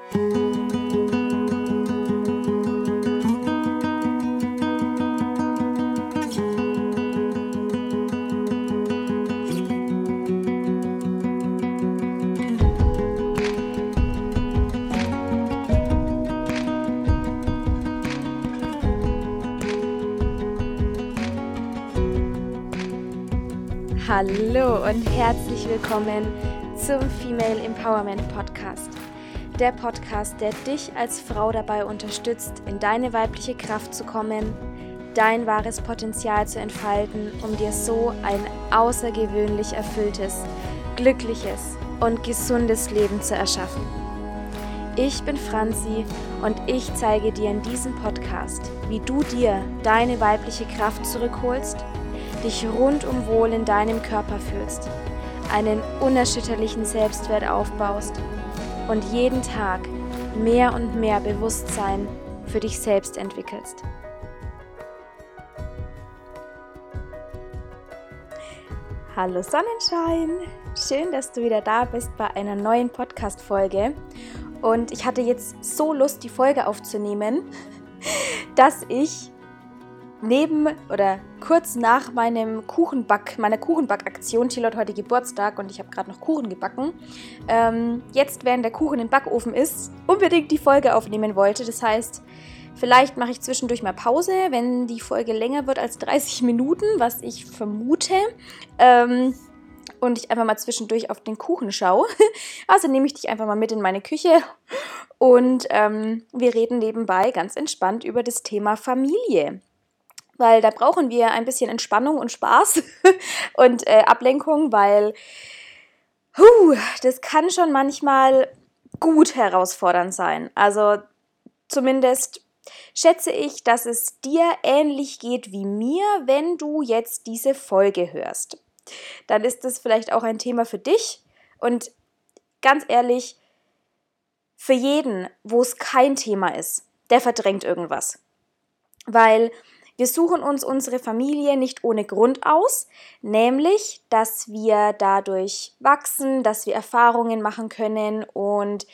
Hallo und herzlich willkommen zum Female Empowerment Podcast. Der Podcast, der dich als Frau dabei unterstützt, in deine weibliche Kraft zu kommen, dein wahres Potenzial zu entfalten, um dir so ein außergewöhnlich erfülltes, glückliches und gesundes Leben zu erschaffen. Ich bin Franzi und ich zeige dir in diesem Podcast, wie du dir deine weibliche Kraft zurückholst, dich rundum wohl in deinem Körper fühlst, einen unerschütterlichen Selbstwert aufbaust und jeden Tag mehr und mehr Bewusstsein für dich selbst entwickelst. Hallo Sonnenschein! Schön, dass du wieder da bist bei einer neuen Podcast-Folge. Und ich hatte jetzt so Lust, die Folge aufzunehmen, dass ich kurz nach meiner Kuchenbackaktion, Thiel hat heute Geburtstag und ich habe gerade noch Kuchen gebacken, jetzt während der Kuchen im Backofen ist, unbedingt die Folge aufnehmen wollte. Das heißt, vielleicht mache ich zwischendurch mal Pause, wenn die Folge länger wird als 30 Minuten, was ich vermute, und ich einfach mal zwischendurch auf den Kuchen schaue. Also nehme ich dich einfach mal mit in meine Küche und wir reden nebenbei ganz entspannt über das Thema Familie. Weil da brauchen wir ein bisschen Entspannung und Spaß und Ablenkung, weil das kann schon manchmal gut herausfordernd sein. Also zumindest schätze ich, dass es dir ähnlich geht wie mir, wenn du jetzt diese Folge hörst. Dann ist das vielleicht auch ein Thema für dich und ganz ehrlich, für jeden, wo es kein Thema ist, der verdrängt irgendwas. Weil wir suchen uns unsere Familie nicht ohne Grund aus, nämlich, dass wir dadurch wachsen, dass wir Erfahrungen machen können und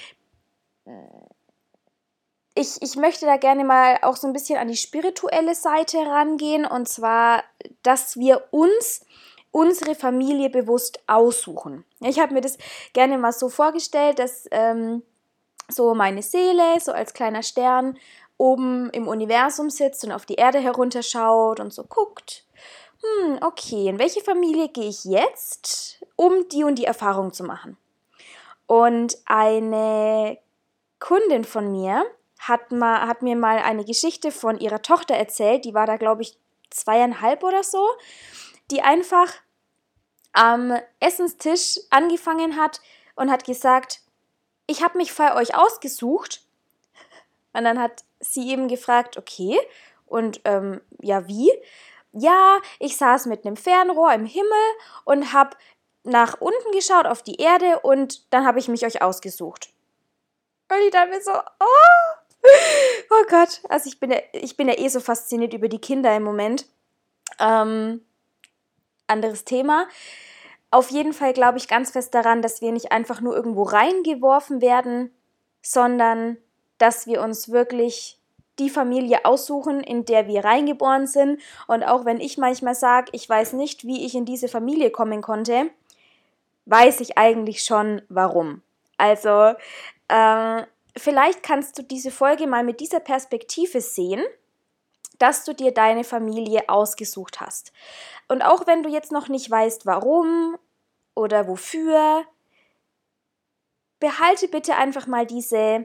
ich möchte da gerne mal auch so ein bisschen an die spirituelle Seite rangehen und zwar, dass wir uns unsere Familie bewusst aussuchen. Ich habe mir das gerne mal so vorgestellt, dass so meine Seele, so als kleiner Stern, oben im Universum sitzt und auf die Erde herunterschaut und so guckt, okay, in welche Familie gehe ich jetzt, um die und die Erfahrung zu machen? Und eine Kundin von mir hat mir mal eine Geschichte von ihrer Tochter erzählt, die war da, glaube ich, 2,5 oder so, die einfach am Essenstisch angefangen hat und hat gesagt, ich habe mich für euch ausgesucht. Und dann hat sie eben gefragt, okay, und ja, wie? Ja, ich saß mit einem Fernrohr im Himmel und habe nach unten geschaut auf die Erde und dann habe ich mich euch ausgesucht. Und ich dachte mir so, oh Gott, also ich bin ja eh so fasziniert über die Kinder im Moment. Anderes Thema. Auf jeden Fall glaube ich ganz fest daran, dass wir nicht einfach nur irgendwo reingeworfen werden, sondern dass wir uns wirklich die Familie aussuchen, in der wir reingeboren sind. Und auch wenn ich manchmal sage, ich weiß nicht, wie ich in diese Familie kommen konnte, weiß ich eigentlich schon, warum. Also vielleicht kannst du diese Folge mal mit dieser Perspektive sehen, dass du dir deine Familie ausgesucht hast. Und auch wenn du jetzt noch nicht weißt, warum oder wofür, behalte bitte einfach mal diese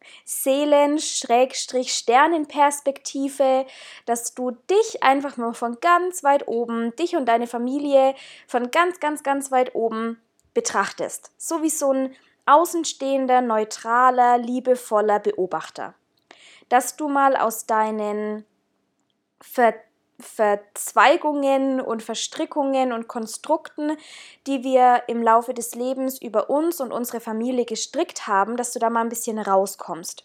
Seelen-Sternenperspektive, dass du dich einfach mal von ganz weit oben, dich und deine Familie von ganz, ganz, ganz weit oben betrachtest. So wie so ein außenstehender, neutraler, liebevoller Beobachter. Dass du mal aus deinen Verzweigungen und Verstrickungen und Konstrukten, die wir im Laufe des Lebens über uns und unsere Familie gestrickt haben, dass du da mal ein bisschen rauskommst.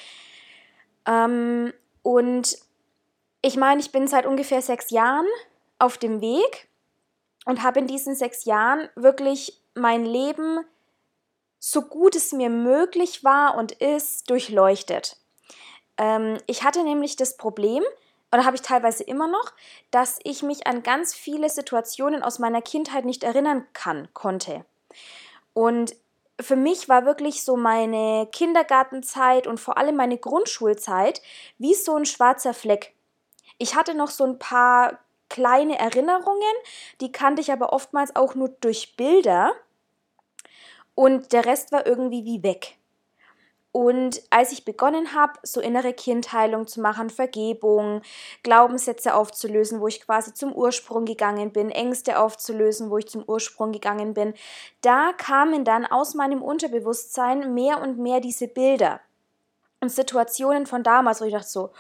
Und ich meine, ich bin seit ungefähr 6 Jahren auf dem Weg und habe in diesen 6 Jahren wirklich mein Leben so gut es mir möglich war und ist, durchleuchtet. Ich hatte nämlich das Problem, oder habe ich teilweise immer noch, dass ich mich an ganz viele Situationen aus meiner Kindheit nicht erinnern konnte. Und für mich war wirklich so meine Kindergartenzeit und vor allem meine Grundschulzeit wie so ein schwarzer Fleck. Ich hatte noch so ein paar kleine Erinnerungen, die kannte ich aber oftmals auch nur durch Bilder und der Rest war irgendwie wie weg. Und als ich begonnen habe, so innere Kindheilung zu machen, Vergebung, Glaubenssätze aufzulösen, wo ich quasi zum Ursprung gegangen bin, Ängste aufzulösen, wo ich zum Ursprung gegangen bin, da kamen dann aus meinem Unterbewusstsein mehr und mehr diese Bilder und Situationen von damals, wo ich dachte so,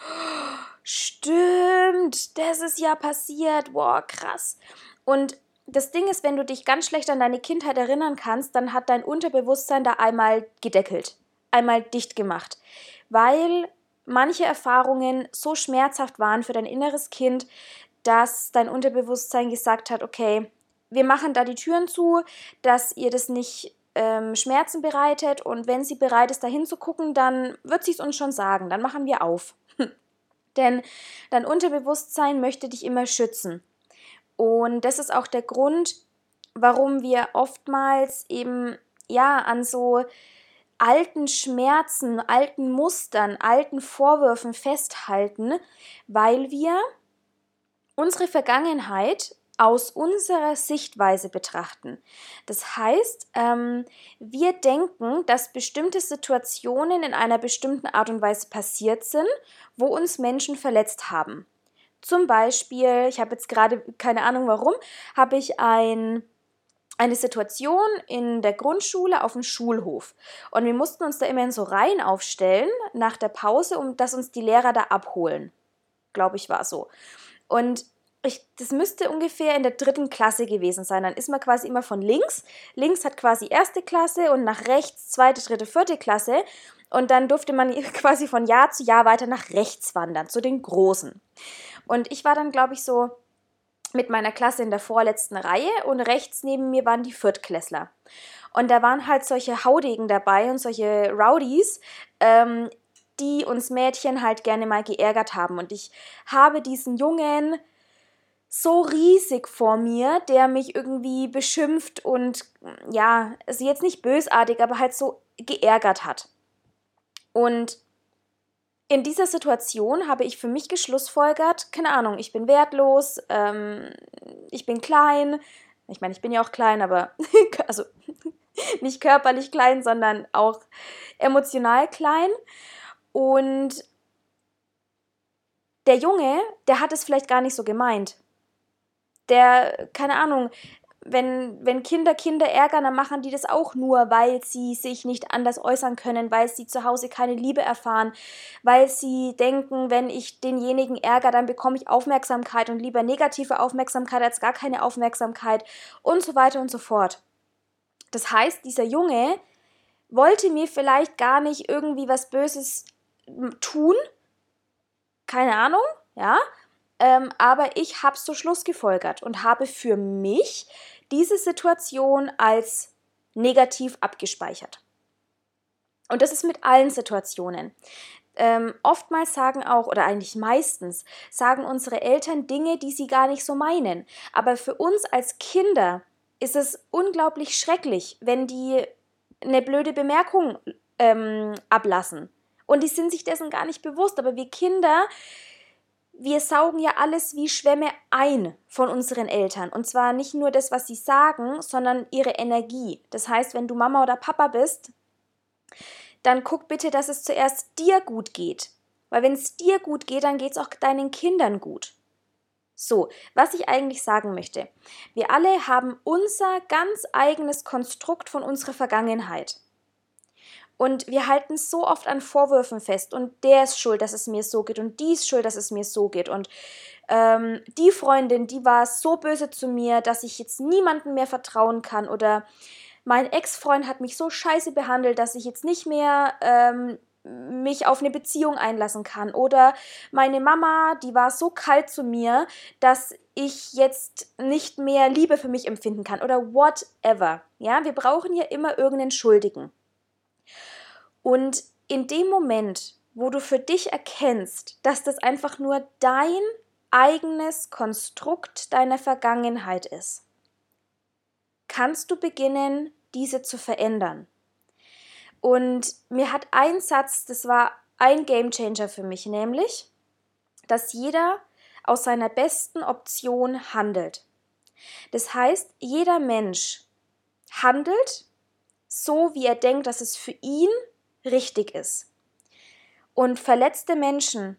stimmt, das ist ja passiert, wow, krass. Und das Ding ist, wenn du dich ganz schlecht an deine Kindheit erinnern kannst, dann hat dein Unterbewusstsein da einmal gedeckelt, einmal dicht gemacht, weil manche Erfahrungen so schmerzhaft waren für dein inneres Kind, dass dein Unterbewusstsein gesagt hat, okay, wir machen da die Türen zu, dass ihr das nicht Schmerzen bereitet und wenn sie bereit ist, da hinzugucken, dann wird sie es uns schon sagen, dann machen wir auf. Denn dein Unterbewusstsein möchte dich immer schützen. Und das ist auch der Grund, warum wir oftmals eben an so alten Schmerzen, alten Mustern, alten Vorwürfen festhalten, weil wir unsere Vergangenheit aus unserer Sichtweise betrachten. Das heißt, wir denken, dass bestimmte Situationen in einer bestimmten Art und Weise passiert sind, wo uns Menschen verletzt haben. Zum Beispiel, ich habe jetzt gerade, keine Ahnung warum, habe ich eine Situation in der Grundschule auf dem Schulhof. Und wir mussten uns da immer in so Reihen aufstellen nach der Pause, dass uns die Lehrer da abholen. Glaube ich, war so. Und das müsste ungefähr in der 3. Klasse gewesen sein. Dann ist man quasi immer von links. Links hat quasi 1. Klasse und nach rechts 2., 3., 4. Klasse. Und dann durfte man quasi von Jahr zu Jahr weiter nach rechts wandern, zu den Großen. Und ich war dann, glaube ich, so mit meiner Klasse in der vorletzten Reihe und rechts neben mir waren die Viertklässler. Und da waren halt solche Haudegen dabei und solche Rowdies, die uns Mädchen halt gerne mal geärgert haben. Und ich habe diesen Jungen so riesig vor mir, der mich irgendwie beschimpft und also jetzt nicht bösartig, aber halt so geärgert hat. Und in dieser Situation habe ich für mich geschlussfolgert, keine Ahnung, ich bin wertlos, ich bin klein, ich meine, ich bin ja auch klein, aber also nicht körperlich klein, sondern auch emotional klein. Und der Junge, der hat es vielleicht gar nicht so gemeint. Der, keine Ahnung, wenn Kinder ärgern, dann machen die das auch nur, weil sie sich nicht anders äußern können, weil sie zu Hause keine Liebe erfahren, weil sie denken, wenn ich denjenigen ärgere, dann bekomme ich Aufmerksamkeit und lieber negative Aufmerksamkeit als gar keine Aufmerksamkeit und so weiter und so fort. Das heißt, dieser Junge wollte mir vielleicht gar nicht irgendwie was Böses tun, keine Ahnung, ja, aber ich habe so schlussgefolgert und habe für mich diese Situation als negativ abgespeichert. Und das ist mit allen Situationen. Oftmals sagen auch, oder eigentlich meistens, sagen unsere Eltern Dinge, die sie gar nicht so meinen. Aber für uns als Kinder ist es unglaublich schrecklich, wenn die eine blöde Bemerkung ablassen. Und die sind sich dessen gar nicht bewusst. Aber wir Kinder, wir saugen ja alles wie Schwämme ein von unseren Eltern. Und zwar nicht nur das, was sie sagen, sondern ihre Energie. Das heißt, wenn du Mama oder Papa bist, dann guck bitte, dass es zuerst dir gut geht. Weil wenn es dir gut geht, dann geht es auch deinen Kindern gut. So, was ich eigentlich sagen möchte. Wir alle haben unser ganz eigenes Konstrukt von unserer Vergangenheit. Und wir halten so oft an Vorwürfen fest und der ist schuld, dass es mir so geht und die ist schuld, dass es mir so geht und die Freundin, die war so böse zu mir, dass ich jetzt niemandem mehr vertrauen kann oder mein Ex-Freund hat mich so scheiße behandelt, dass ich jetzt nicht mehr mich auf eine Beziehung einlassen kann oder meine Mama, die war so kalt zu mir, dass ich jetzt nicht mehr Liebe für mich empfinden kann oder whatever. Ja, wir brauchen ja immer irgendeinen Schuldigen. Und in dem Moment, wo du für dich erkennst, dass das einfach nur dein eigenes Konstrukt deiner Vergangenheit ist, kannst du beginnen, diese zu verändern. Und mir hat ein Satz, das war ein Gamechanger für mich, nämlich, dass jeder aus seiner besten Option handelt. Das heißt, jeder Mensch handelt so, wie er denkt, dass es für ihn richtig ist. Und verletzte Menschen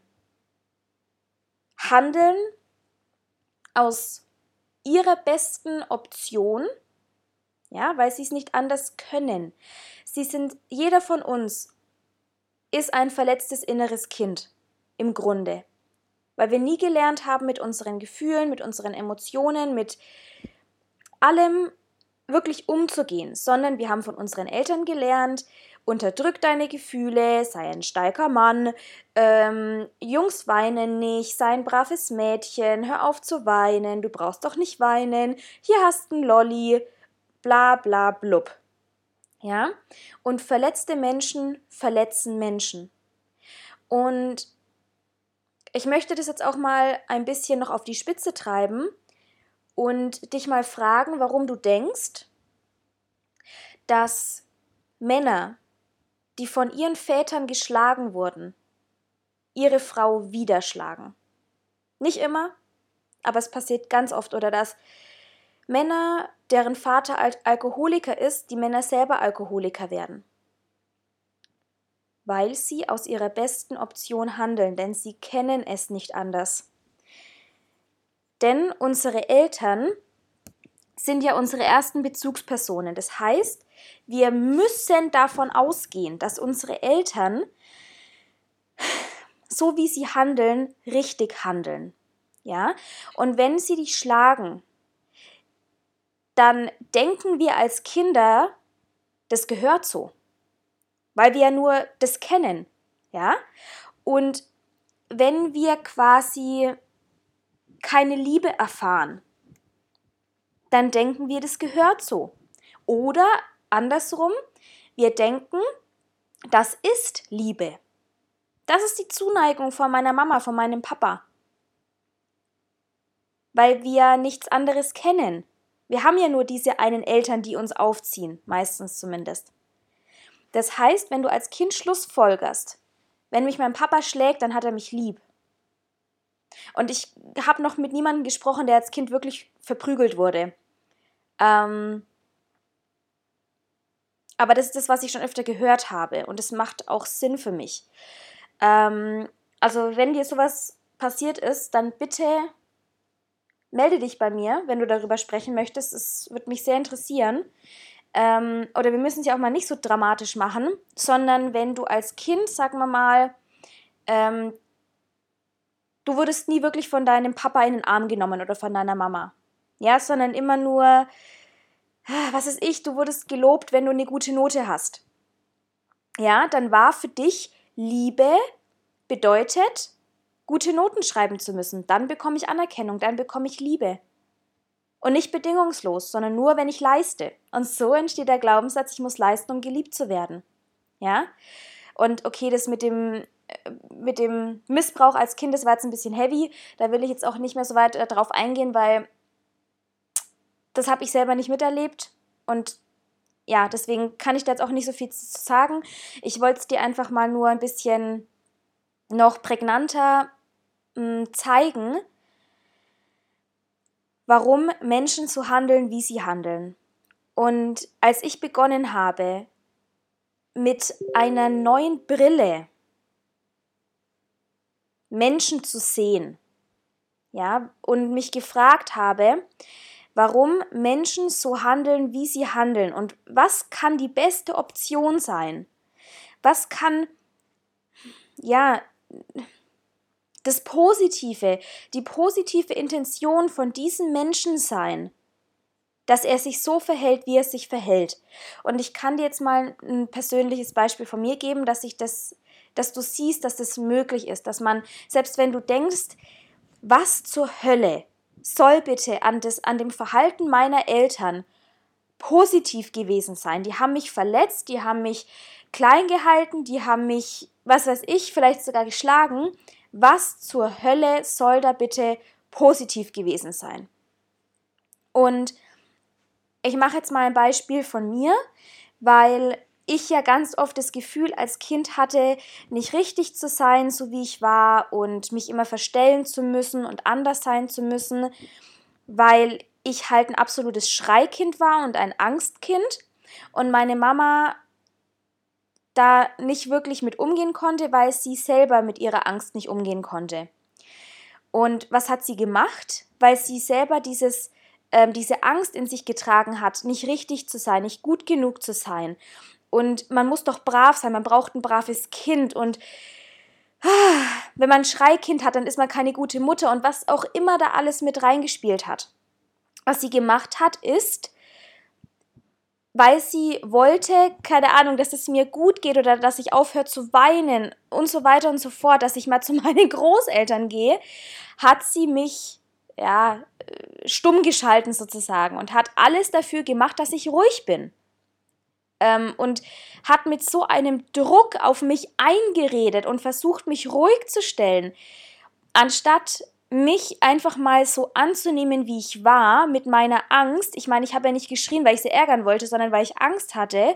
handeln aus ihrer besten Option, ja, weil sie es nicht anders können. Jeder von uns ist ein verletztes inneres Kind im Grunde, weil wir nie gelernt haben, mit unseren Gefühlen, mit unseren Emotionen, mit allem wirklich umzugehen, sondern wir haben von unseren Eltern gelernt, unterdrück deine Gefühle, sei ein starker Mann, Jungs weinen nicht, sei ein braves Mädchen, hör auf zu weinen, du brauchst doch nicht weinen, hier hast du ein Lolli, bla bla blub. Ja? Und verletzte Menschen verletzen Menschen. Und ich möchte das jetzt auch mal ein bisschen noch auf die Spitze treiben und dich mal fragen, warum du denkst, dass Männer, die von ihren Vätern geschlagen wurden, ihre Frau wieder schlagen. Nicht immer, aber es passiert ganz oft. Oder dass Männer, deren Vater Alkoholiker ist, die Männer selber Alkoholiker werden. Weil sie aus ihrer besten Option handeln, denn sie kennen es nicht anders. Denn unsere Eltern sind ja unsere ersten Bezugspersonen. Das heißt, wir müssen davon ausgehen, dass unsere Eltern, so wie sie handeln, richtig handeln. Ja? Und wenn sie dich schlagen, dann denken wir als Kinder, das gehört so. Weil wir ja nur das kennen. Ja? Und wenn wir quasi keine Liebe erfahren, dann denken wir, das gehört so. Oder andersrum, wir denken, das ist Liebe. Das ist die Zuneigung von meiner Mama, von meinem Papa. Weil wir nichts anderes kennen. Wir haben ja nur diese einen Eltern, die uns aufziehen, meistens zumindest. Das heißt, wenn du als Kind schlussfolgerst, wenn mich mein Papa schlägt, dann hat er mich lieb. Und ich habe noch mit niemandem gesprochen, der als Kind wirklich verprügelt wurde. Aber das ist das, was ich schon öfter gehört habe. Und es macht auch Sinn für mich. Also wenn dir sowas passiert ist, dann bitte melde dich bei mir, wenn du darüber sprechen möchtest. Es würde mich sehr interessieren. Oder wir müssen es ja auch mal nicht so dramatisch machen, sondern wenn du als Kind, sagen wir mal, du wurdest nie wirklich von deinem Papa in den Arm genommen oder von deiner Mama. Ja, sondern immer nur, was weiß ich, du wurdest gelobt, wenn du eine gute Note hast. Ja, dann war für dich Liebe bedeutet, gute Noten schreiben zu müssen. Dann bekomme ich Anerkennung, dann bekomme ich Liebe. Und nicht bedingungslos, sondern nur, wenn ich leiste. Und so entsteht der Glaubenssatz, ich muss leisten, um geliebt zu werden. Ja? Und okay, das mit dem Missbrauch als Kind, das war jetzt ein bisschen heavy. Da will ich jetzt auch nicht mehr so weit drauf eingehen, weil das habe ich selber nicht miterlebt. Und ja, deswegen kann ich da jetzt auch nicht so viel zu sagen. Ich wollte es dir einfach mal nur ein bisschen noch prägnanter zeigen, warum Menschen so handeln, wie sie handeln. Und als ich begonnen habe, mit einer neuen Brille Menschen zu sehen, ja, und mich gefragt habe, warum Menschen so handeln, wie sie handeln und was kann die beste Option sein? Was kann, ja, das Positive, die positive Intention von diesem Menschen sein, dass er sich so verhält, wie er sich verhält. Und ich kann dir jetzt mal ein persönliches Beispiel von mir geben, dass du siehst, dass das möglich ist, dass man, selbst wenn du denkst, was zur Hölle, soll bitte an dem Verhalten meiner Eltern positiv gewesen sein. Die haben mich verletzt, die haben mich klein gehalten, die haben mich, was weiß ich, vielleicht sogar geschlagen. Was zur Hölle soll da bitte positiv gewesen sein? Und ich mache jetzt mal ein Beispiel von mir, weil ich ja ganz oft das Gefühl als Kind hatte, nicht richtig zu sein, so wie ich war und mich immer verstellen zu müssen und anders sein zu müssen, weil ich halt ein absolutes Schreikind war und ein Angstkind und meine Mama da nicht wirklich mit umgehen konnte, weil sie selber mit ihrer Angst nicht umgehen konnte. Und was hat sie gemacht? Weil sie selber diese Angst in sich getragen hat, nicht richtig zu sein, nicht gut genug zu sein. Und man muss doch brav sein, man braucht ein braves Kind. Und wenn man ein Schreikind hat, dann ist man keine gute Mutter. Und was auch immer da alles mit reingespielt hat. Was sie gemacht hat, ist, weil sie wollte, keine Ahnung, dass es mir gut geht oder dass ich aufhöre zu weinen und so weiter und so fort, dass ich mal zu meinen Großeltern gehe, hat sie mich, stumm geschalten sozusagen und hat alles dafür gemacht, dass ich ruhig bin. Und hat mit so einem Druck auf mich eingeredet und versucht, mich ruhig zu stellen, anstatt mich einfach mal so anzunehmen, wie ich war, mit meiner Angst. Ich meine, ich habe ja nicht geschrien, weil ich sie ärgern wollte, sondern weil ich Angst hatte.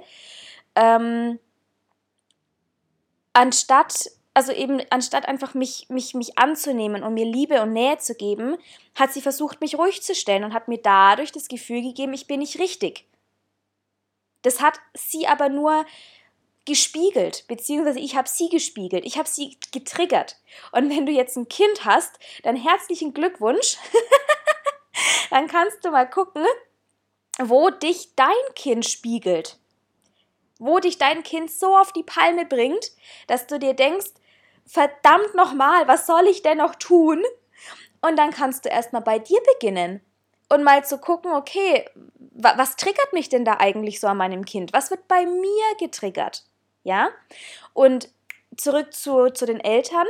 Anstatt einfach mich anzunehmen und mir Liebe und Nähe zu geben, hat sie versucht, mich ruhig zu stellen und hat mir dadurch das Gefühl gegeben, ich bin nicht richtig. Das hat sie aber nur gespiegelt, beziehungsweise ich habe sie gespiegelt, ich habe sie getriggert. Und wenn du jetzt ein Kind hast, dann herzlichen Glückwunsch, dann kannst du mal gucken, wo dich dein Kind spiegelt, wo dich dein Kind so auf die Palme bringt, dass du dir denkst, verdammt nochmal, was soll ich denn noch tun? Und dann kannst du erstmal bei dir beginnen und mal zu gucken, okay, was triggert mich denn da eigentlich so an meinem Kind? Was wird bei mir getriggert? Ja? Und zurück zu den Eltern.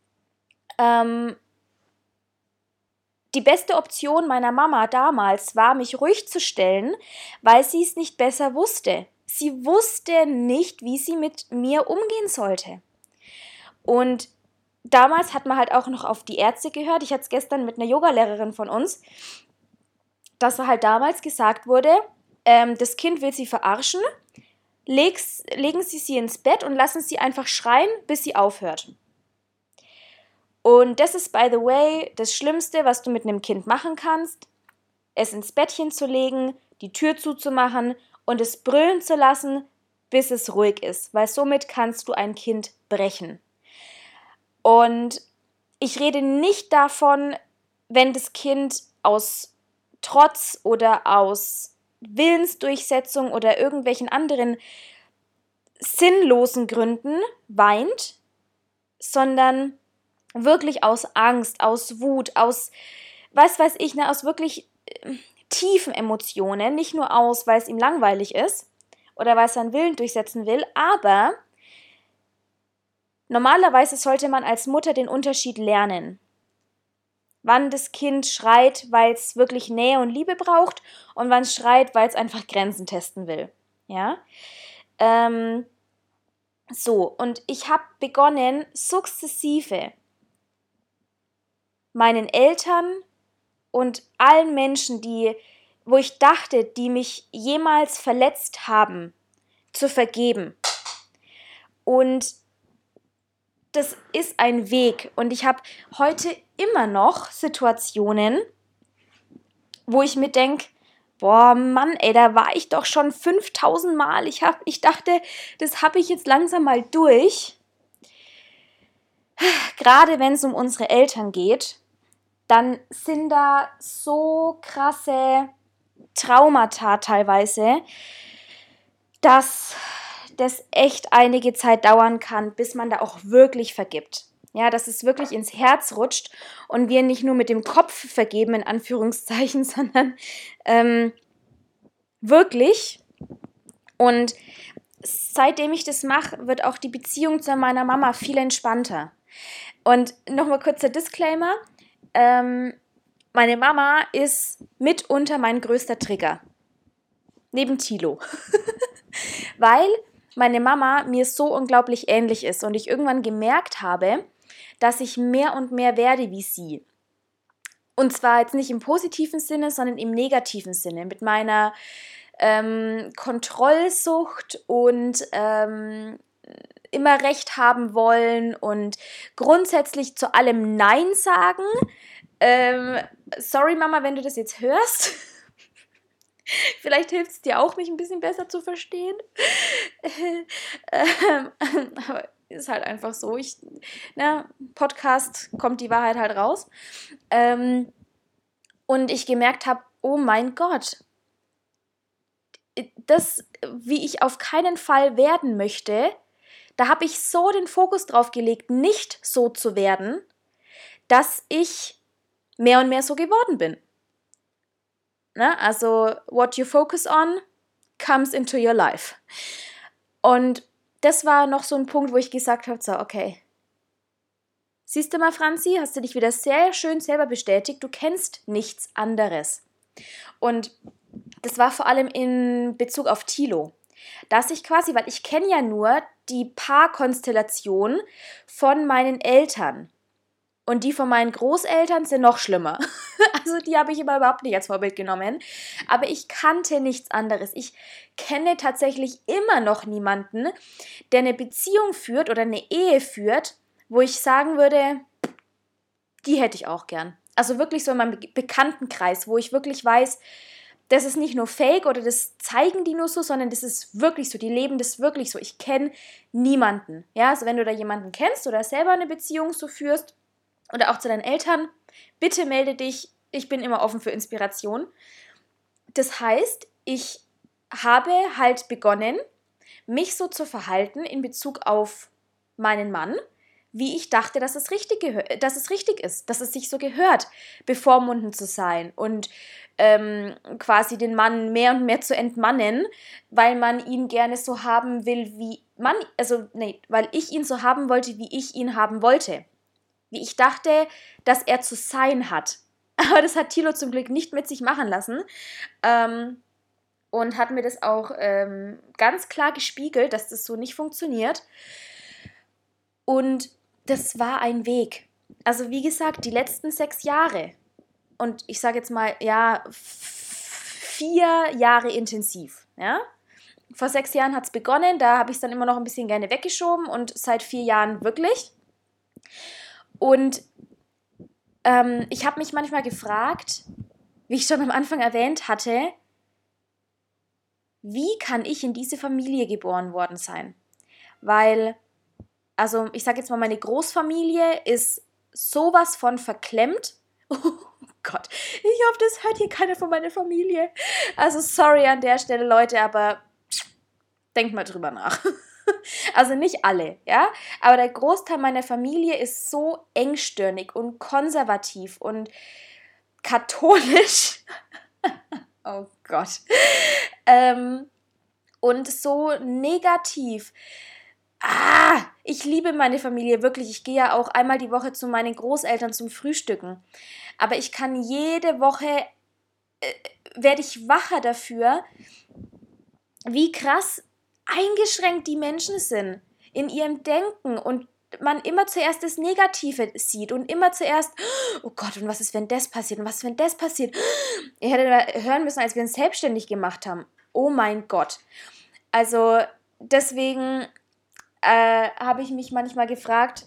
Die beste Option meiner Mama damals war, mich ruhig zu stellen, weil sie es nicht besser wusste. Sie wusste nicht, wie sie mit mir umgehen sollte. Und damals hat man halt auch noch auf die Ärzte gehört. Ich hatte es gestern mit einer Yogalehrerin von uns, dass halt damals gesagt wurde, das Kind will sie verarschen, legen Sie ins Bett und lassen sie einfach schreien, bis sie aufhört. Und das ist, by the way, das Schlimmste, was du mit einem Kind machen kannst, es ins Bettchen zu legen, die Tür zuzumachen und es brüllen zu lassen, bis es ruhig ist, weil somit kannst du ein Kind brechen. Und ich rede nicht davon, wenn das Kind aus Trotz oder aus Willensdurchsetzung oder irgendwelchen anderen sinnlosen Gründen weint, sondern wirklich aus Angst, aus Wut, aus was weiß ich, aus wirklich tiefen Emotionen, nicht nur aus, weil es ihm langweilig ist oder weil es seinen Willen durchsetzen will, aber normalerweise sollte man als Mutter den Unterschied lernen. Wann das Kind schreit, weil es wirklich Nähe und Liebe braucht und wann es schreit, weil es einfach Grenzen testen will. Ja? Und ich habe begonnen, sukzessive meinen Eltern und allen Menschen, wo ich dachte, die mich jemals verletzt haben, zu vergeben. Und das ist ein Weg. Und ich habe heute immer noch Situationen, wo ich mir denke, boah, Mann, ey, da war ich doch schon 5000 Mal. Ich dachte, das habe ich jetzt langsam mal durch. Gerade wenn es um unsere Eltern geht, dann sind da so krasse Traumata teilweise, dass das echt einige Zeit dauern kann, bis man da auch wirklich vergibt. Ja, dass es wirklich ins Herz rutscht und wir nicht nur mit dem Kopf vergeben, in Anführungszeichen, sondern wirklich. Und seitdem ich das mache, wird auch die Beziehung zu meiner Mama viel entspannter. Und nochmal kurzer Disclaimer, meine Mama ist mitunter mein größter Trigger. Neben Thilo. Weil meine Mama mir so unglaublich ähnlich ist und ich irgendwann gemerkt habe, dass ich mehr und mehr werde wie sie. Und zwar jetzt nicht im positiven Sinne, sondern im negativen Sinne. Mit meiner Kontrollsucht und immer Recht haben wollen und grundsätzlich zu allem Nein sagen. Sorry Mama, wenn du das jetzt hörst. Vielleicht hilft es dir auch, mich ein bisschen besser zu verstehen. Aber ist halt einfach so. Podcast kommt die Wahrheit halt raus. Und ich gemerkt habe, oh mein Gott, das, wie ich auf keinen Fall werden möchte, da habe ich so den Fokus drauf gelegt, nicht so zu werden, dass ich mehr und mehr so geworden bin. Ne? Also, what you focus on comes into your life. Und das war noch so ein Punkt, wo ich gesagt habe, so, okay, siehst du mal, Franzi, hast du dich wieder sehr schön selber bestätigt, du kennst nichts anderes. Und das war vor allem in Bezug auf Thilo, dass ich quasi, weil ich kenne ja nur die Paarkonstellation von meinen Eltern. Und die von meinen Großeltern sind noch schlimmer. Also die habe ich immer überhaupt nicht als Vorbild genommen. Aber ich kannte nichts anderes. Ich kenne tatsächlich immer noch niemanden, der eine Beziehung führt oder eine Ehe führt, wo ich sagen würde, die hätte ich auch gern. Also wirklich so in meinem Bekanntenkreis, wo ich wirklich weiß, das ist nicht nur Fake oder das zeigen die nur so, sondern das ist wirklich so, die leben das wirklich so. Ich kenne niemanden. Ja, also wenn du da jemanden kennst oder selber eine Beziehung so führst, oder auch zu deinen Eltern, bitte melde dich, ich bin immer offen für Inspiration. Das heißt, ich habe halt begonnen, mich so zu verhalten in Bezug auf meinen Mann, wie ich dachte, dass es richtig ist, dass es sich so gehört, bevormundend zu sein und quasi den Mann mehr und mehr zu entmannen, weil man ihn gerne so haben will, weil ich ihn so haben wollte, wie ich ihn haben wollte. Wie ich dachte, dass er zu sein hat. Aber das hat Thilo zum Glück nicht mit sich machen lassen. Und hat mir das auch ganz klar gespiegelt, dass das so nicht funktioniert. Und das war ein Weg. Also wie gesagt, die letzten 6 Jahre. Und ich sage jetzt mal, ja, 4 Jahre intensiv. Ja? Vor 6 Jahren hat es begonnen, da habe ich es dann immer noch ein bisschen gerne weggeschoben und seit 4 Jahren wirklich. Und ich habe mich manchmal gefragt, wie ich schon am Anfang erwähnt hatte, wie kann ich in diese Familie geboren worden sein? Weil, also ich sage jetzt mal, meine Großfamilie ist sowas von verklemmt. Oh Gott, ich hoffe, das hört hier keiner von meiner Familie. Also sorry an der Stelle, Leute, aber denkt mal drüber nach. Also nicht alle, ja, aber der Großteil meiner Familie ist so engstirnig und konservativ und katholisch. Oh Gott. Und so negativ. Ich liebe meine Familie wirklich. Ich gehe ja auch einmal die Woche zu meinen Großeltern zum Frühstücken. Aber ich kann jede Woche, werde ich wacher dafür, wie krass eingeschränkt die Menschen sind in ihrem Denken und man immer zuerst das Negative sieht und immer zuerst, oh Gott, und was ist, wenn das passiert und was ist, wenn das passiert? Ihr hättet hören müssen, als wir uns selbstständig gemacht haben. Oh mein Gott. Also deswegen habe ich mich manchmal gefragt,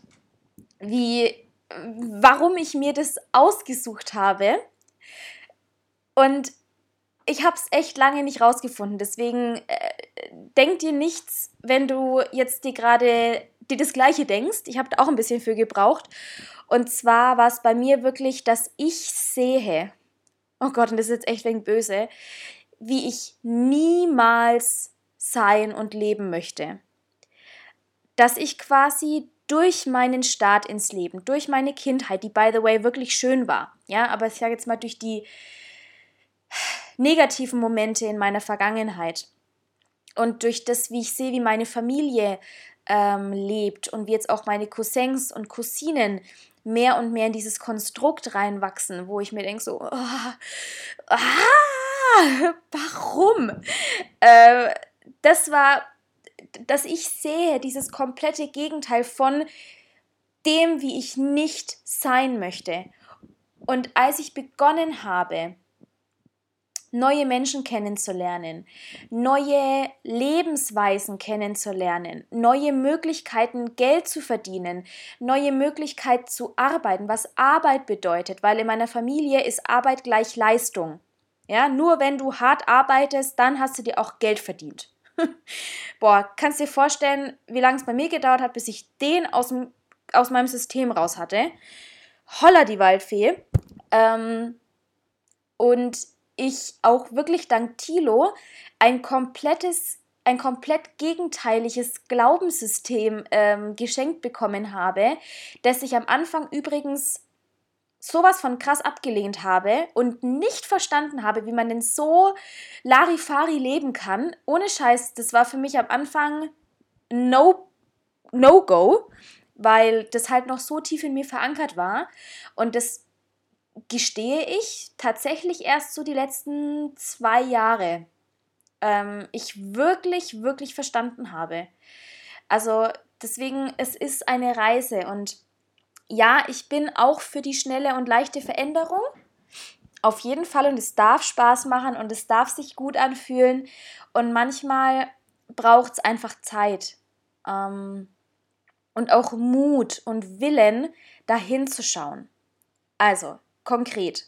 warum ich mir das ausgesucht habe. Und ich habe es echt lange nicht rausgefunden, deswegen denk dir nichts, wenn du jetzt dir das Gleiche denkst. Ich habe da auch ein bisschen für gebraucht. Und zwar war es bei mir wirklich, dass ich sehe, oh Gott, und das ist jetzt echt wegen böse, wie ich niemals sein und leben möchte. Dass ich quasi durch meinen Start ins Leben, durch meine Kindheit, die by the way wirklich schön war, ja, aber ich sage jetzt mal durch die negativen Momente in meiner Vergangenheit und durch das, wie ich sehe, wie meine Familie lebt und wie jetzt auch meine Cousins und Cousinen mehr und mehr in dieses Konstrukt reinwachsen, wo ich mir denke so, warum? Das war, dass ich sehe, dieses komplette Gegenteil von dem, wie ich nicht sein möchte. Und als ich begonnen habe, neue Menschen kennenzulernen, neue Lebensweisen kennenzulernen, neue Möglichkeiten, Geld zu verdienen, neue Möglichkeiten zu arbeiten, was Arbeit bedeutet, weil in meiner Familie ist Arbeit gleich Leistung. Ja, nur wenn du hart arbeitest, dann hast du dir auch Geld verdient. Boah, kannst dir vorstellen, wie lange es bei mir gedauert hat, bis ich den aus meinem System raus hatte. Holla die Waldfee. Und ich auch wirklich dank Thilo ein komplett gegenteiliges Glaubenssystem geschenkt bekommen habe, das ich am Anfang übrigens sowas von krass abgelehnt habe und nicht verstanden habe, wie man denn so Larifari leben kann. Ohne Scheiß, das war für mich am Anfang No-Go, weil das halt noch so tief in mir verankert war. Und das gestehe ich tatsächlich erst so die letzten 2 Jahre ich wirklich, wirklich verstanden habe. Also deswegen, es ist eine Reise und ja, ich bin auch für die schnelle und leichte Veränderung. Auf jeden Fall und es darf Spaß machen und es darf sich gut anfühlen und manchmal braucht es einfach Zeit und auch Mut und Willen, dahin zu schauen. Also, konkret.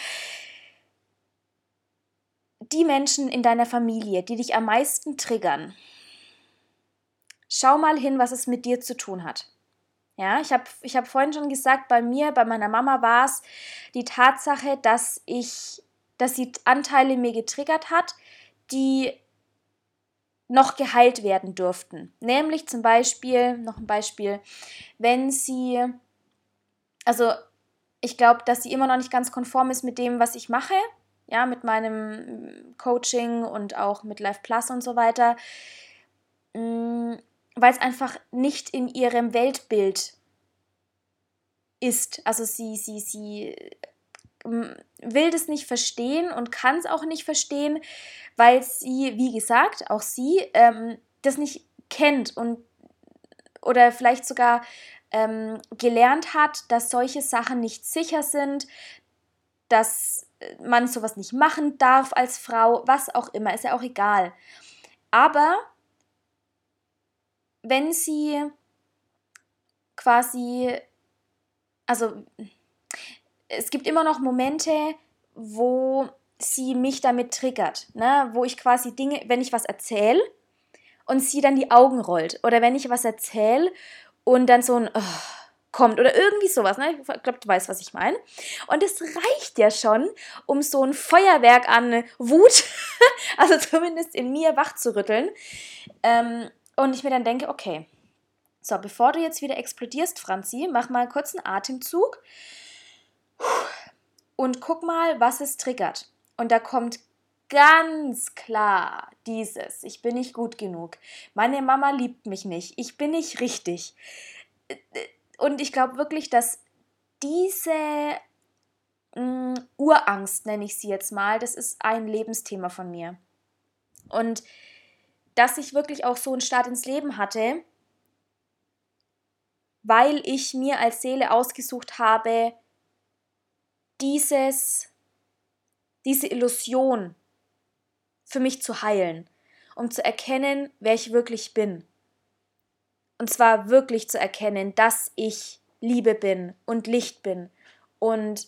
Die Menschen in deiner Familie, die dich am meisten triggern, schau mal hin, was es mit dir zu tun hat. Ja, ich hab vorhin schon gesagt, bei meiner Mama war es die Tatsache, dass sie Anteile in mir getriggert hat, die noch geheilt werden durften. Nämlich zum Beispiel, noch ein Beispiel, wenn sie, also ich glaube, dass sie immer noch nicht ganz konform ist mit dem, was ich mache, ja, mit meinem Coaching und auch mit Life Plus und so weiter, weil es einfach nicht in ihrem Weltbild ist. Also sie will das nicht verstehen und kann es auch nicht verstehen, weil sie, wie gesagt, auch sie das nicht kennt und oder vielleicht sogar gelernt hat, dass solche Sachen nicht sicher sind, dass man sowas nicht machen darf als Frau, was auch immer, ist ja auch egal. Aber wenn sie quasi, also es gibt immer noch Momente, wo sie mich damit triggert, ne? Wo ich quasi Dinge, wenn ich was erzähle und sie dann die Augen rollt oder wenn ich was erzähle und dann so ein kommt oder irgendwie sowas, ne? Ich glaube, du weißt, was ich meine. Und es reicht ja schon, um so ein Feuerwerk an Wut, also zumindest in mir wach zu rütteln. Und ich mir dann denke, okay, so, bevor du jetzt wieder explodierst, Franzi, mach mal kurz einen Atemzug und guck mal, was es triggert. Und da kommt ganz klar dieses, ich bin nicht gut genug, meine Mama liebt mich nicht, ich bin nicht richtig. Und ich glaube wirklich, dass diese Urangst, nenne ich sie jetzt mal, das ist ein Lebensthema von mir. Und dass ich wirklich auch so einen Start ins Leben hatte, weil ich mir als Seele ausgesucht habe, diese Illusion für mich zu heilen, um zu erkennen, wer ich wirklich bin. Und zwar wirklich zu erkennen, dass ich Liebe bin und Licht bin und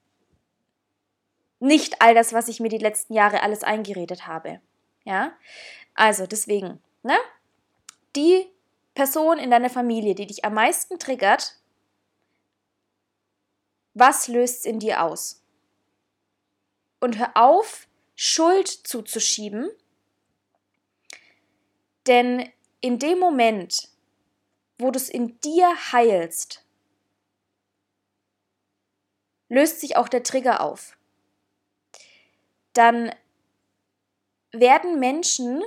nicht all das, was ich mir die letzten Jahre alles eingeredet habe. Ja? Also deswegen, ne? Die Person in deiner Familie, die dich am meisten triggert, was löst es in dir aus? Und hör auf, Schuld zuzuschieben, denn in dem Moment, wo du es in dir heilst, löst sich auch der Trigger auf. Dann werden Menschen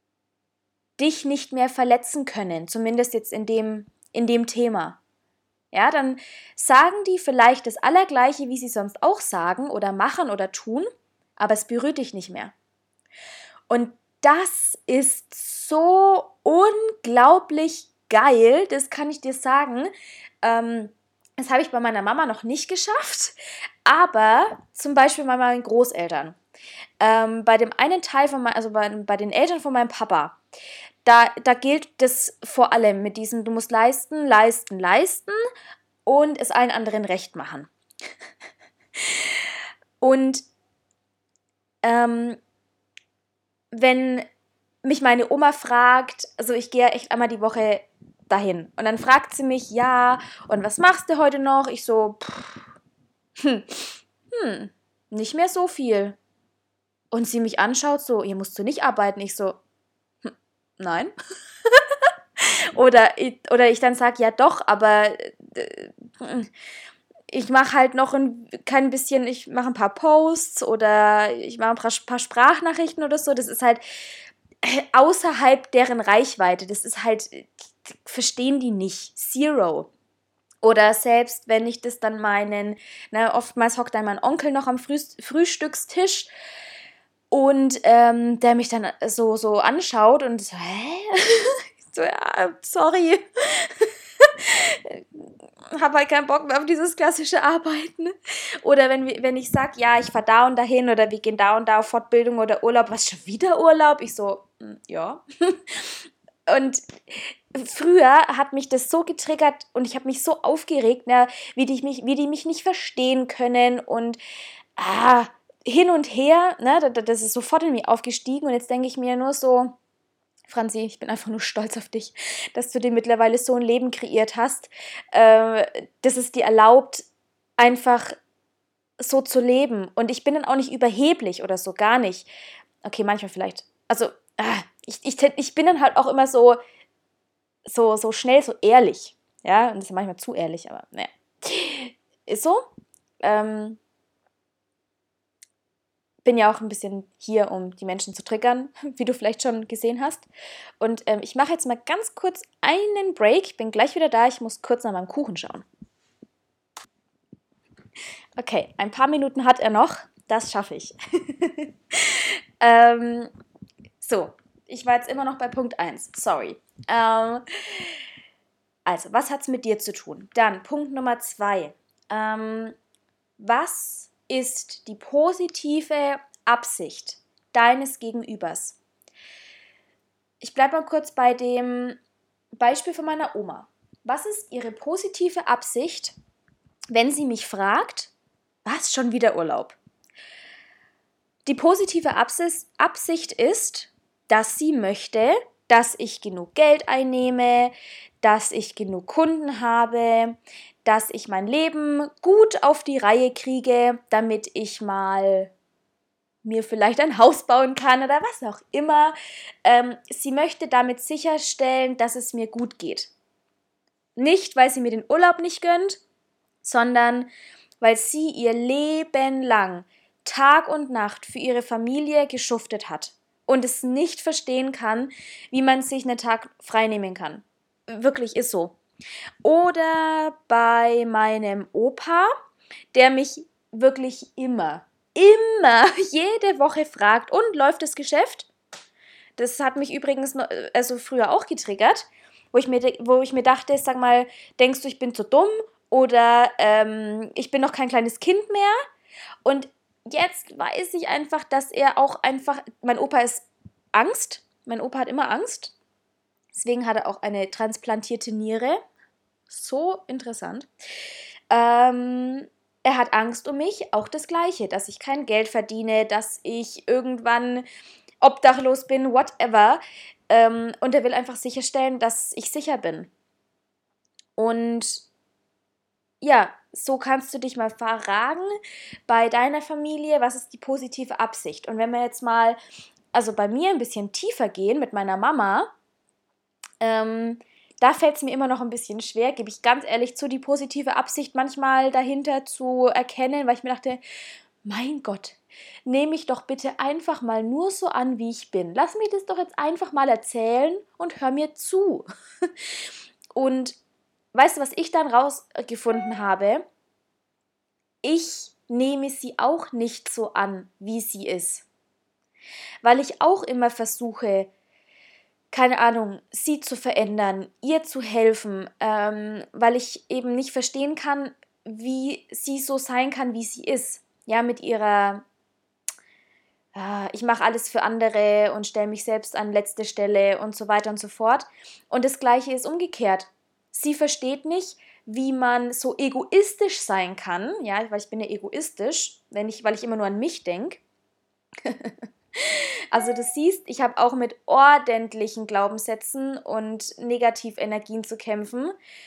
dich nicht mehr verletzen können, zumindest jetzt in dem Thema. Ja, dann sagen die vielleicht das Allergleiche, wie sie sonst auch sagen oder machen oder tun, aber es berührt dich nicht mehr. Und das ist so unglaublich geil, das kann ich dir sagen. Das habe ich bei meiner Mama noch nicht geschafft, aber zum Beispiel bei meinen Großeltern. Bei dem einen Teil bei den Eltern von meinem Papa, da gilt das vor allem mit diesem, du musst leisten, leisten, leisten und es allen anderen recht machen. Und wenn mich meine Oma fragt, also ich gehe echt einmal die Woche dahin und dann fragt sie mich, ja, und was machst du heute noch? Ich so, nicht mehr so viel. Und sie mich anschaut, so, ihr musst du nicht arbeiten. Ich so, nein. oder ich dann sage, ja doch, aber ich mache halt noch kein bisschen, ich mache ein paar Posts oder ich mache ein paar Sprachnachrichten oder so. Das ist halt außerhalb deren Reichweite. Das ist halt, verstehen die nicht. Zero. Oder selbst, wenn ich das dann oftmals hockt dann mein Onkel noch am Frühstückstisch und der mich dann so anschaut und so, hä? So, ja, sorry. Habe halt keinen Bock mehr auf dieses klassische Arbeiten. Oder wenn ich sage, ja, ich fahre da und dahin oder wir gehen da und da auf Fortbildung oder Urlaub, was, schon wieder Urlaub? Ich so, ja. Und früher hat mich das so getriggert und ich habe mich so aufgeregt, wie die mich nicht verstehen können und hin und her, das ist sofort in mir aufgestiegen und jetzt denke ich mir nur so, Franzi, ich bin einfach nur stolz auf dich, dass du dir mittlerweile so ein Leben kreiert hast, dass es dir erlaubt, einfach so zu leben. Und ich bin dann auch nicht überheblich oder so, gar nicht. Okay, manchmal vielleicht. Also, ich bin dann halt auch immer so schnell, so ehrlich. Ja, und das ist manchmal zu ehrlich, aber naja. Ist so. Bin ja auch ein bisschen hier, um die Menschen zu triggern, wie du vielleicht schon gesehen hast. Und ich mache jetzt mal ganz kurz einen Break. Ich bin gleich wieder da. Ich muss kurz nach meinem Kuchen schauen. Okay, ein paar Minuten hat er noch. Das schaffe ich. So, ich war jetzt immer noch bei Punkt 1. Sorry. Also, was hat es mit dir zu tun? Dann Punkt Nummer 2. Was ist die positive Absicht deines Gegenübers? Ich bleibe mal kurz bei dem Beispiel von meiner Oma. Was ist ihre positive Absicht, wenn sie mich fragt, was, schon wieder Urlaub? Die positive Absicht ist, dass sie möchte, dass ich genug Geld einnehme, dass ich genug Kunden habe, dass ich mein Leben gut auf die Reihe kriege, damit ich mal mir vielleicht ein Haus bauen kann oder was auch immer. Sie möchte damit sicherstellen, dass es mir gut geht. Nicht, weil sie mir den Urlaub nicht gönnt, sondern weil sie ihr Leben lang Tag und Nacht für ihre Familie geschuftet hat und es nicht verstehen kann, wie man sich einen Tag frei nehmen kann. Wirklich ist so. Oder bei meinem Opa, der mich wirklich immer, jede Woche fragt, und läuft das Geschäft? Das hat mich übrigens früher auch getriggert, wo ich mir dachte, sag mal, denkst du, ich bin zu dumm oder ich bin noch kein kleines Kind mehr? Und jetzt weiß ich einfach, dass er auch einfach, mein Opa ist Angst, mein Opa hat immer Angst, deswegen hat er auch eine transplantierte Niere. So interessant. Er hat Angst um mich, auch das Gleiche, dass ich kein Geld verdiene, dass ich irgendwann obdachlos bin, whatever. Und er will einfach sicherstellen, dass ich sicher bin. Und ja, so kannst du dich mal fragen bei deiner Familie, was ist die positive Absicht? Und wenn wir jetzt mal, also bei mir ein bisschen tiefer gehen mit meiner Mama, da fällt es mir immer noch ein bisschen schwer, gebe ich ganz ehrlich zu, die positive Absicht manchmal dahinter zu erkennen, weil ich mir dachte, mein Gott, nehme mich doch bitte einfach mal nur so an, wie ich bin. Lass mich das doch jetzt einfach mal erzählen und hör mir zu. Und weißt du, was ich dann rausgefunden habe? Ich nehme sie auch nicht so an, wie sie ist. Weil ich auch immer versuche, keine Ahnung, sie zu verändern, ihr zu helfen, weil ich eben nicht verstehen kann, wie sie so sein kann, wie sie ist. Ja, mit ihrer, ich mache alles für andere und stelle mich selbst an letzte Stelle und so weiter und so fort. Und das Gleiche ist umgekehrt. Sie versteht nicht, wie man so egoistisch sein kann, ja, weil ich bin ja egoistisch, weil ich immer nur an mich denke. Also du siehst, ich habe auch mit ordentlichen Glaubenssätzen und Negativenergien zu kämpfen.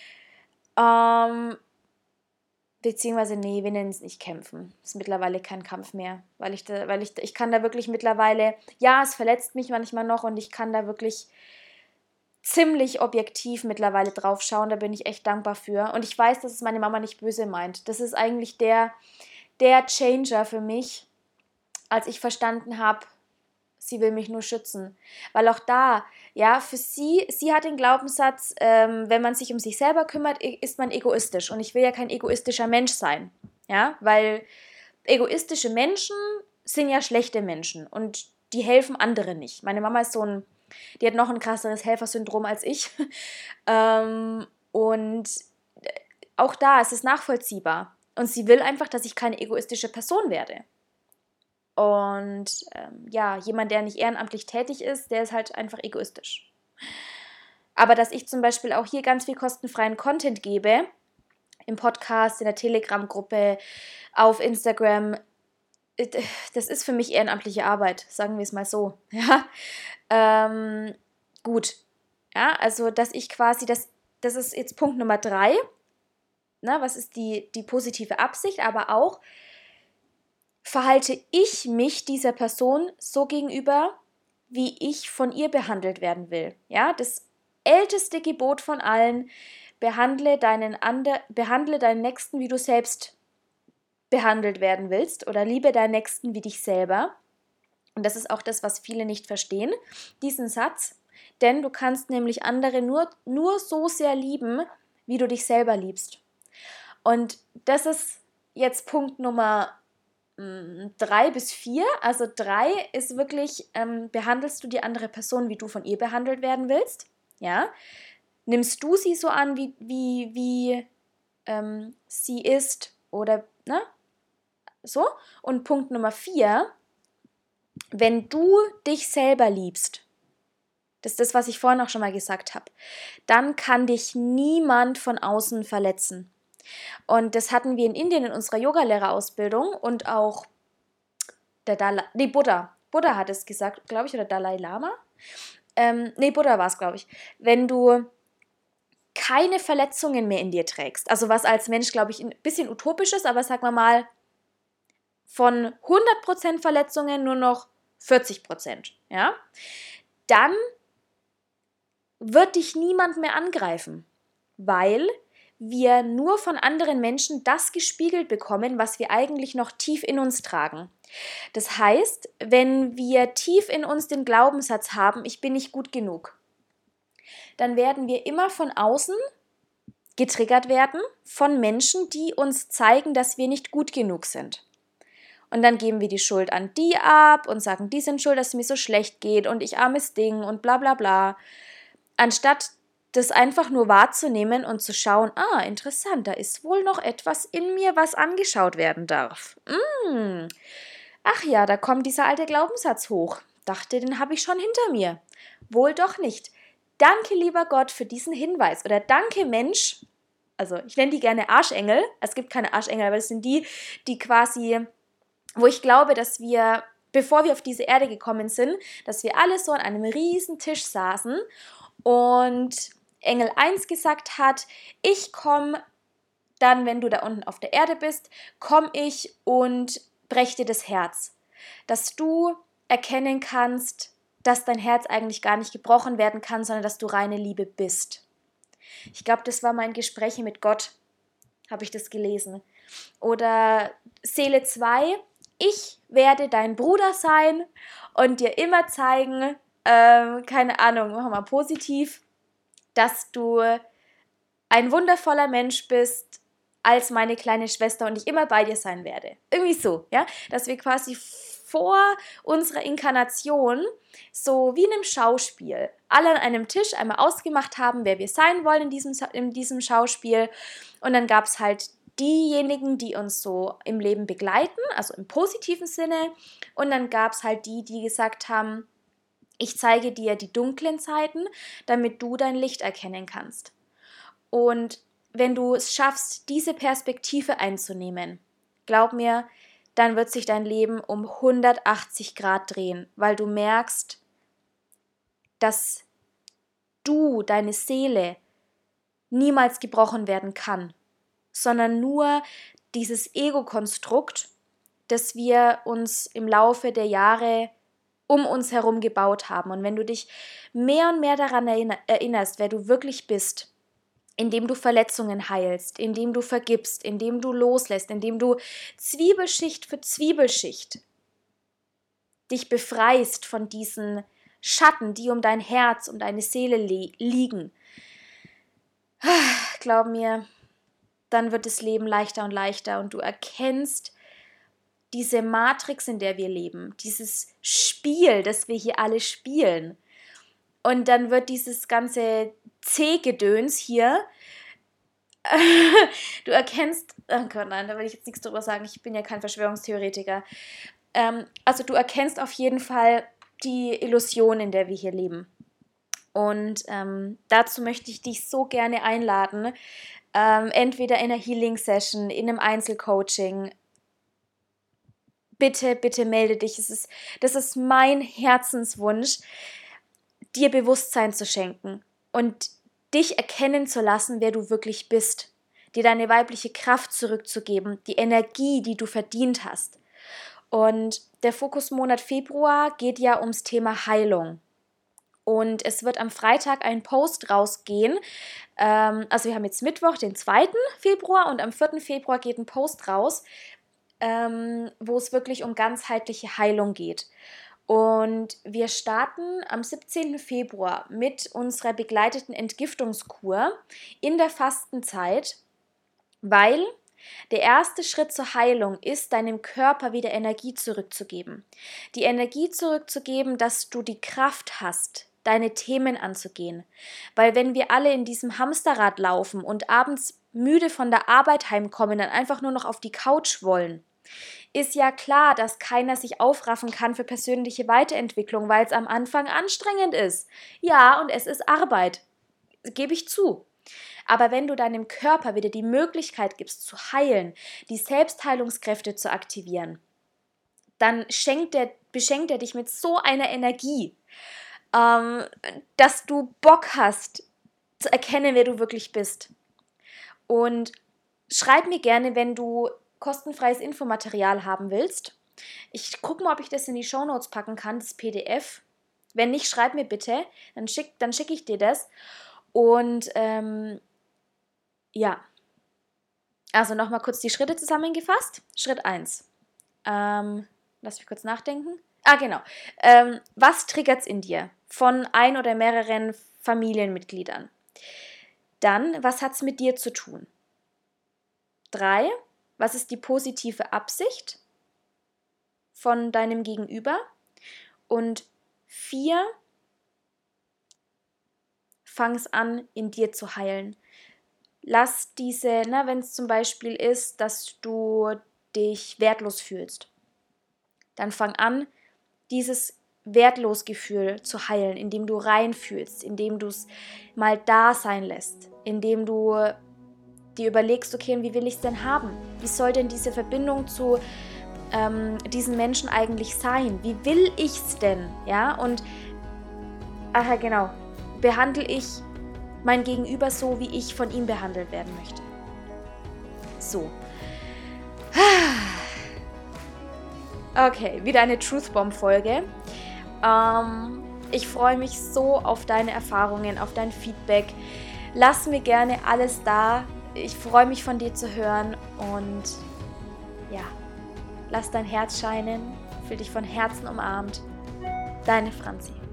Beziehungsweise, nee, wir nennen es nicht kämpfen. Es ist mittlerweile kein Kampf mehr, weil ich kann da wirklich mittlerweile, ja, es verletzt mich manchmal noch und ich kann da wirklich ziemlich objektiv mittlerweile drauf schauen, da bin ich echt dankbar für. Und ich weiß, dass es meine Mama nicht böse meint. Das ist eigentlich der Changer für mich, als ich verstanden habe, sie will mich nur schützen. Weil auch da, ja, für sie hat den Glaubenssatz, wenn man sich um sich selber kümmert, ist man egoistisch. Und ich will ja kein egoistischer Mensch sein. Ja, weil egoistische Menschen sind ja schlechte Menschen und die helfen anderen nicht. Meine Mama ist die hat noch ein krasseres Helfersyndrom als ich. Und auch da ist es nachvollziehbar. Und sie will einfach, dass ich keine egoistische Person werde. Und jemand, der nicht ehrenamtlich tätig ist, der ist halt einfach egoistisch. Aber dass ich zum Beispiel auch hier ganz viel kostenfreien Content gebe, im Podcast, in der Telegram-Gruppe, auf Instagram, das ist für mich ehrenamtliche Arbeit, sagen wir es mal so. Ja? Gut. Ja, also dass ich quasi, das ist jetzt Punkt Nummer 3. Na, was ist die positive Absicht, aber auch, verhalte ich mich dieser Person so gegenüber, wie ich von ihr behandelt werden will. Ja, das älteste Gebot von allen, behandle deinen Nächsten, wie du selbst behandelt werden willst, oder liebe deinen Nächsten wie dich selber. Und das ist auch das, was viele nicht verstehen, diesen Satz. Denn du kannst nämlich andere nur so sehr lieben, wie du dich selber liebst. Und das ist jetzt Punkt Nummer 3 bis 4. Also 3 ist wirklich, behandelst du die andere Person, wie du von ihr behandelt werden willst? Ja? Nimmst du sie so an, wie sie ist? Oder, ne? So. Und Punkt Nummer 4, wenn du dich selber liebst, das ist das, was ich vorhin auch schon mal gesagt habe, dann kann dich niemand von außen verletzen. Und das hatten wir in Indien in unserer Yogalehrerausbildung und auch Buddha. Buddha hat es gesagt, glaube ich, oder Dalai Lama. Buddha war es, glaube ich. Wenn du keine Verletzungen mehr in dir trägst, also was als Mensch, glaube ich, ein bisschen utopisch ist, aber sagen wir mal, von 100% Verletzungen nur noch 40%, ja, dann wird dich niemand mehr angreifen, weil wir nur von anderen Menschen das gespiegelt bekommen, was wir eigentlich noch tief in uns tragen. Das heißt, wenn wir tief in uns den Glaubenssatz haben, ich bin nicht gut genug, dann werden wir immer von außen getriggert werden von Menschen, die uns zeigen, dass wir nicht gut genug sind. Und dann geben wir die Schuld an die ab und sagen, die sind schuld, dass es mir so schlecht geht und ich armes Ding und bla bla bla. Anstatt das einfach nur wahrzunehmen und zu schauen, interessant, da ist wohl noch etwas in mir, was angeschaut werden darf. Ach ja, da kommt dieser alte Glaubenssatz hoch. Dachte, den habe ich schon hinter mir. Wohl doch nicht. Danke, lieber Gott, für diesen Hinweis. Oder danke, Mensch. Also, ich nenne die gerne Arschengel. Es gibt keine Arschengel, aber das sind die quasi, wo ich glaube, dass wir, bevor wir auf diese Erde gekommen sind, dass wir alle so an einem riesen Tisch saßen und Engel 1 gesagt hat, ich komme dann, wenn du da unten auf der Erde bist, komme ich und breche dir das Herz. Dass du erkennen kannst, dass dein Herz eigentlich gar nicht gebrochen werden kann, sondern dass du reine Liebe bist. Ich glaube, das war mein Gespräch mit Gott, habe ich das gelesen. Oder Seele 2, ich werde dein Bruder sein und dir immer zeigen, keine Ahnung, machen wir mal positiv, dass du ein wundervoller Mensch bist als meine kleine Schwester und ich immer bei dir sein werde. Irgendwie so, ja, dass wir quasi vor unserer Inkarnation, so wie in einem Schauspiel, alle an einem Tisch einmal ausgemacht haben, wer wir sein wollen in diesem Schauspiel. Und dann gab es halt diejenigen, die uns so im Leben begleiten, also im positiven Sinne. Und dann gab es halt die gesagt haben, ich zeige dir die dunklen Seiten, damit du dein Licht erkennen kannst. Und wenn du es schaffst, diese Perspektive einzunehmen, glaub mir, dann wird sich dein Leben um 180 Grad drehen, weil du merkst, dass deine Seele, niemals gebrochen werden kann, sondern nur dieses Ego-Konstrukt, das wir uns im Laufe der Jahre um uns herum gebaut haben. Und wenn du dich mehr und mehr daran erinnerst, wer du wirklich bist, indem du Verletzungen heilst, indem du vergibst, indem du loslässt, indem du Zwiebelschicht für Zwiebelschicht dich befreist von diesen Schatten, die um dein Herz, um deine Seele liegen. Glaub mir, dann wird das Leben leichter und leichter und du erkennst diese Matrix, in der wir leben, dieses Spiel, das wir hier alle spielen. Und dann wird dieses ganze C-Gedöns hier, du erkennst, oh Gott, nein, da will ich jetzt nichts drüber sagen, ich bin ja kein Verschwörungstheoretiker. Also du erkennst auf jeden Fall die Illusion, in der wir hier leben. Und dazu möchte ich dich so gerne einladen, entweder in einer Healing-Session, in einem Einzelcoaching. Bitte, bitte melde dich. Das ist mein Herzenswunsch, dir Bewusstsein zu schenken und dich erkennen zu lassen, wer du wirklich bist, dir deine weibliche Kraft zurückzugeben, die Energie, die du verdient hast. Und der Fokusmonat Februar geht ja ums Thema Heilung. Und es wird am Freitag ein Post rausgehen. Also wir haben jetzt Mittwoch, den 2. Februar und am 4. Februar geht ein Post raus, wo es wirklich um ganzheitliche Heilung geht. Und wir starten am 17. Februar mit unserer begleiteten Entgiftungskur in der Fastenzeit, weil der erste Schritt zur Heilung ist, deinem Körper wieder Energie zurückzugeben. Die Energie zurückzugeben, dass du die Kraft hast, deine Themen anzugehen. Weil wenn wir alle in diesem Hamsterrad laufen und abends müde von der Arbeit heimkommen, dann einfach nur noch auf die Couch wollen, ist ja klar, dass keiner sich aufraffen kann für persönliche Weiterentwicklung, weil es am Anfang anstrengend ist. Ja, und es ist Arbeit, gebe ich zu. Aber wenn du deinem Körper wieder die Möglichkeit gibst, zu heilen, die Selbstheilungskräfte zu aktivieren, dann beschenkt er dich mit so einer Energie, dass du Bock hast, zu erkennen, wer du wirklich bist. Und schreib mir gerne, wenn du kostenfreies Infomaterial haben willst. Ich gucke mal, ob ich das in die Shownotes packen kann, das PDF. Wenn nicht, schreib mir bitte, dann schicke ich dir das. Und ja, also nochmal kurz die Schritte zusammengefasst. Schritt 1. Lass mich kurz nachdenken. Genau. Was triggert's in dir von ein oder mehreren Familienmitgliedern? Dann, was hat's mit dir zu tun? 3. Was ist die positive Absicht von deinem Gegenüber? Und 4. Fang es an, in dir zu heilen. Lass wenn es zum Beispiel ist, dass du dich wertlos fühlst, dann fang an, dieses Wertlosgefühl zu heilen, indem du reinfühlst, indem du es mal da sein lässt, indem du dir überlegst, okay, wie will ich es denn haben? Wie soll denn diese Verbindung zu diesen Menschen eigentlich sein? Wie will ich es denn? Ja, und genau, behandle ich mein Gegenüber so, wie ich von ihm behandelt werden möchte. So. Okay, wieder eine Truth-Bomb-Folge. Ich freue mich so auf deine Erfahrungen, auf dein Feedback. Lass mir gerne alles da. Ich freue mich, von dir zu hören. Und ja, lass dein Herz scheinen. Fühl dich von Herzen umarmt. Deine Franzi.